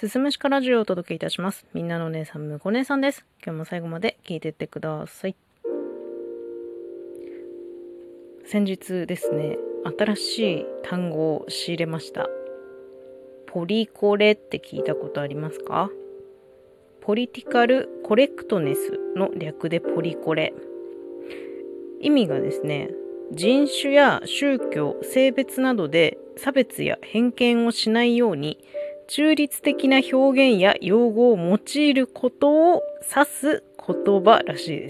すすむしかラジオをお届けいたします。みんなのお姉さん、むこ姉さんです。今日も最後まで聞いてってください。先日ですね、新しい単語を仕入れました。ポリコレって聞いたことありますか？ポリティカルコレクトネスの略でポリコレ。意味がですね、人種や宗教、性別などで差別や偏見をしないように中立的な表現や用語を用いることを指す言葉らしいです。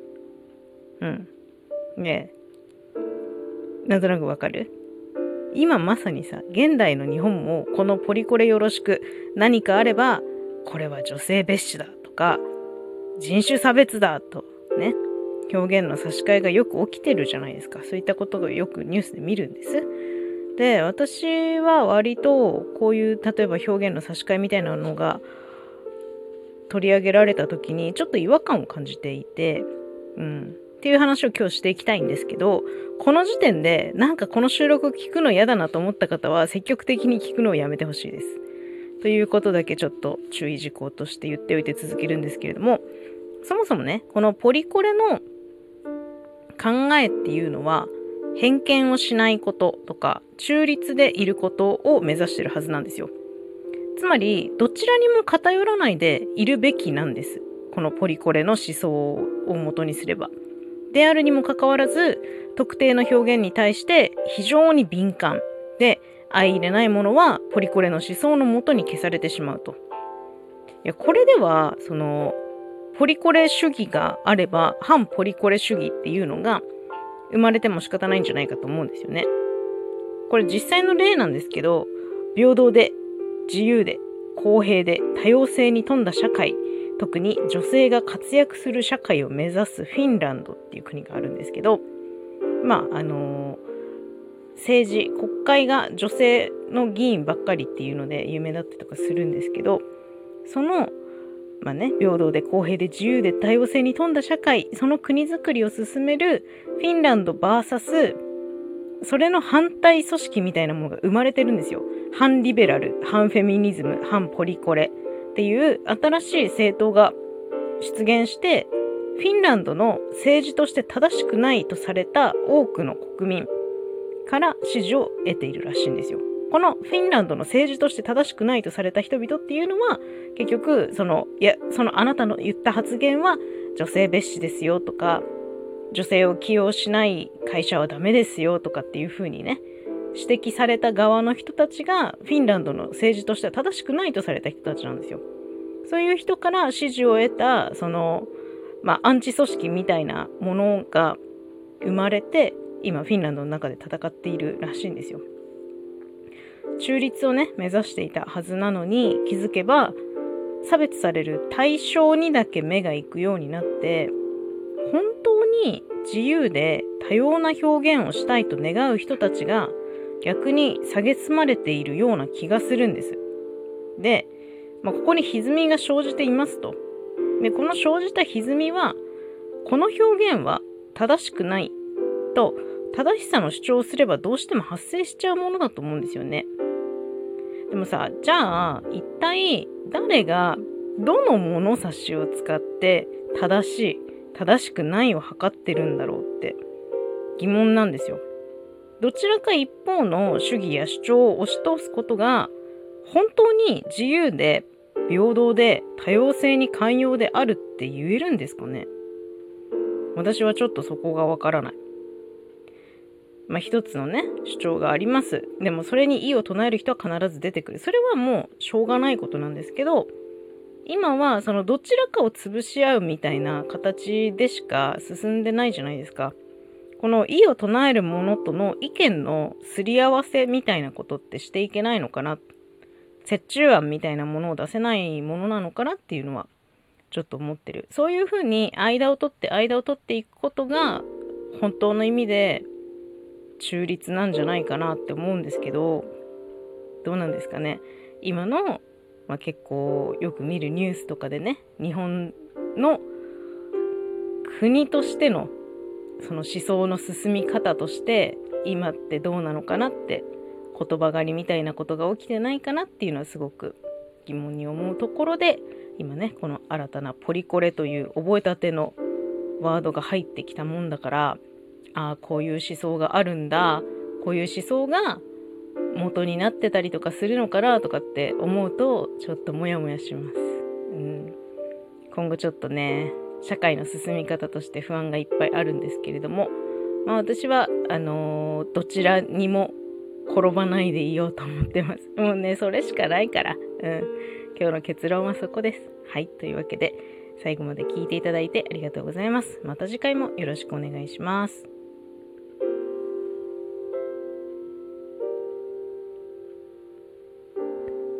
ねえ、なんとなくわかる？今まさにさ、現代の日本もこのポリコレよろしく、何かあればこれは女性蔑視だとか人種差別だとね、表現の差し替えがよく起きてるじゃないですか。そういったことがよくニュースで見るんです。で、私は割とこういう例えば表現の差し替えみたいなのが取り上げられた時にちょっと違和感を感じていて、っていう話を今日していきたいんですけど、この時点でなんかこの収録聞くの嫌だなと思った方は積極的に聞くのをやめてほしいです。ということだけちょっと注意事項として言っておいて続けるんですけれども、そもそもね、このポリコレの考えっていうのは偏見をしないこととか中立でいることを目指してるはずなんですよ。つまりどちらにも偏らないでいるべきなんです。このポリコレの思想を元にすれば。であるにもかかわらず、特定の表現に対して非常に敏感で、相入れないものはポリコレの思想のもとに消されてしまうと。いや、これではポリコレ主義があれば反ポリコレ主義っていうのが生まれても仕方ないんじゃないかと思うんですよね。これ実際の例なんですけど、平等で自由で公平で多様性に富んだ社会、特に女性が活躍する社会を目指すフィンランドっていう国があるんですけど、政治、国会が女性の議員ばっかりっていうので有名だったりとかするんですけど、その平等で公平で自由で多様性に富んだ社会、その国づくりを進めるフィンランド VS それの反対組織みたいなものが生まれてるんですよ。反リベラル、反フェミニズム、反ポリコレっていう新しい政党が出現して、フィンランドの政治として正しくないとされた多くの国民から支持を得ているらしいんですよ。このフィンランドの政治として正しくないとされた人々っていうのは、結局そのあなたの言った発言は女性蔑視ですよとか、女性を起用しない会社はダメですよとかっていう風にね、指摘された側の人たちがフィンランドの政治としては正しくないとされた人たちなんですよ。そういう人から支持を得たアンチ組織みたいなものが生まれて、今フィンランドの中で戦っているらしいんですよ。中立をね目指していたはずなのに、気づけば差別される対象にだけ目が行くようになって、本当に自由で多様な表現をしたいと願う人たちが逆に蔑まれているような気がするんです。で、ここに歪みが生じていますと。で、この生じた歪みは、この表現は正しくないと正しさの主張をすればどうしても発生しちゃうものだと思うんですよね。でもさ、じゃあ一体誰がどの物差しを使って正しい正しくないを測ってるんだろうって疑問なんですよ。どちらか一方の主義や主張を押し通すことが本当に自由で平等で多様性に寛容であるって言えるんですかね。私はちょっとそこがわからない。一つのね主張があります。でもそれに異を唱える人は必ず出てくる。それはもうしょうがないことなんですけど、今はそのどちらかを潰し合うみたいな形でしか進んでないじゃないですか。この異を唱えるものとの意見のすり合わせみたいなことってしていけないのかな、折衷案みたいなものを出せないものなのかなっていうのはちょっと思ってる。そういうふうに間を取っていくことが本当の意味で中立なんじゃないかなって思うんですけど、どうなんですかね。今の結構よく見るニュースとかでね、日本の国としてのその思想の進み方として今ってどうなのかなって、言葉狩りみたいなことが起きてないかなっていうのはすごく疑問に思うところで、今ねこの新たなポリコレという覚えたてのワードが入ってきたもんだから、こういう思想があるんだ、こういう思想が元になってたりとかするのかなとかって思うとちょっとモヤモヤします。今後ちょっとね社会の進み方として不安がいっぱいあるんですけれども、私はどちらにも転ばないでいようと思ってます。もうねそれしかないから、今日の結論はそこです。はい、というわけで最後まで聞いていただいてありがとうございます。また次回もよろしくお願いします。